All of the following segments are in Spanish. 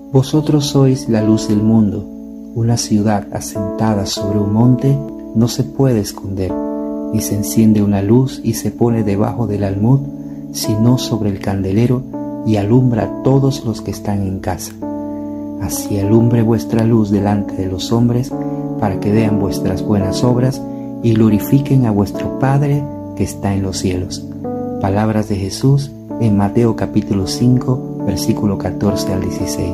Vosotros sois la luz del mundo. Una ciudad asentada sobre un monte no se puede esconder, ni se enciende una luz y se pone debajo del almud, sino sobre el candelero, y alumbra a todos los que están en casa. Así alumbre vuestra luz delante de los hombres, para que vean vuestras buenas obras y glorifiquen a vuestro Padre que está en los cielos. Palabras de Jesús en Mateo capítulo 5, versículo 14 al 16.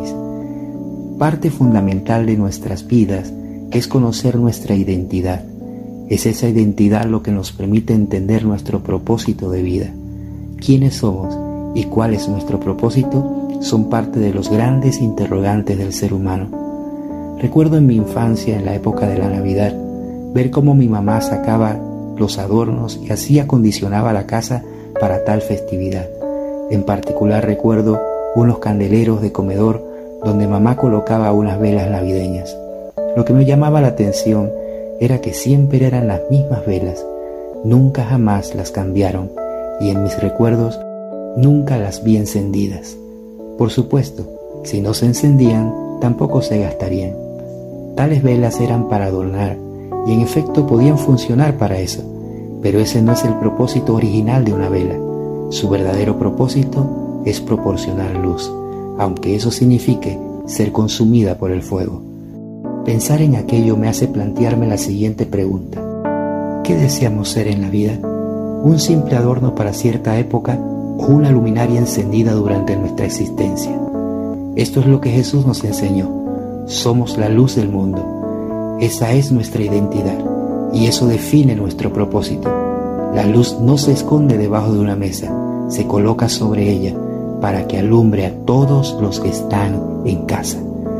Parte fundamental de nuestras vidas es conocer nuestra identidad. Es esa identidad lo que nos permite entender nuestro propósito de vida. ¿Quiénes somos y cuál es nuestro propósito? Son parte de los grandes interrogantes del ser humano. Recuerdo en mi infancia, en la época de la Navidad, ver cómo mi mamá sacaba los adornos y así acondicionaba la casa para tal festividad. En particular recuerdo unos candeleros de comedor donde mamá colocaba unas velas navideñas. Lo que me llamaba la atención era que siempre eran las mismas velas, nunca jamás las cambiaron, y en mis recuerdos nunca las vi encendidas. Por supuesto, si no se encendían, tampoco se gastarían. Tales velas eran para adornar, y en efecto podían funcionar para eso, pero ese no es el propósito original de una vela. Su verdadero propósito es proporcionar luz, aunque eso signifique ser consumida por el fuego. Pensar en aquello me hace plantearme la siguiente pregunta: ¿qué deseamos ser en la vida? ¿Un simple adorno para cierta época o una luminaria encendida durante nuestra existencia? Esto es lo que Jesús nos enseñó. Somos la luz del mundo. Esa es nuestra identidad y eso define nuestro propósito. La luz no se esconde debajo de una mesa, se coloca sobre ella para que alumbre a todos los que están en casa.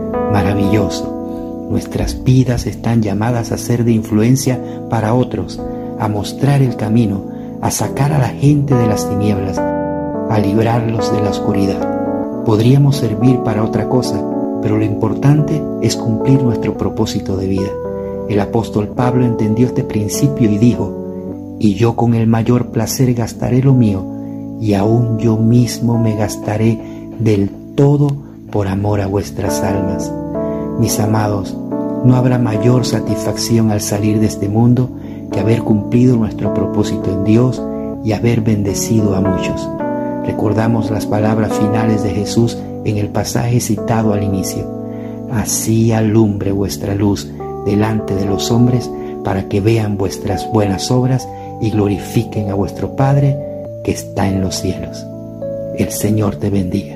Maravilloso. Nuestras vidas están llamadas a ser de influencia para otros, a mostrar el camino, a sacar a la gente de las tinieblas, a librarlos de la oscuridad. Podríamos servir para otra cosa, pero lo importante es cumplir nuestro propósito de vida. El apóstol Pablo entendió este principio y dijo: y yo con el mayor placer gastaré lo mío, y aún yo mismo me gastaré del todo por amor a vuestras almas. Mis amados, no habrá mayor satisfacción al salir de este mundo que haber cumplido nuestro propósito en Dios y haber bendecido a muchos. Recordamos las palabras finales de Jesús en el pasaje citado al inicio: así alumbre vuestra luz delante de los hombres, para que vean vuestras buenas obras y glorifiquen a vuestro Padre que está en los cielos. El Señor te bendiga.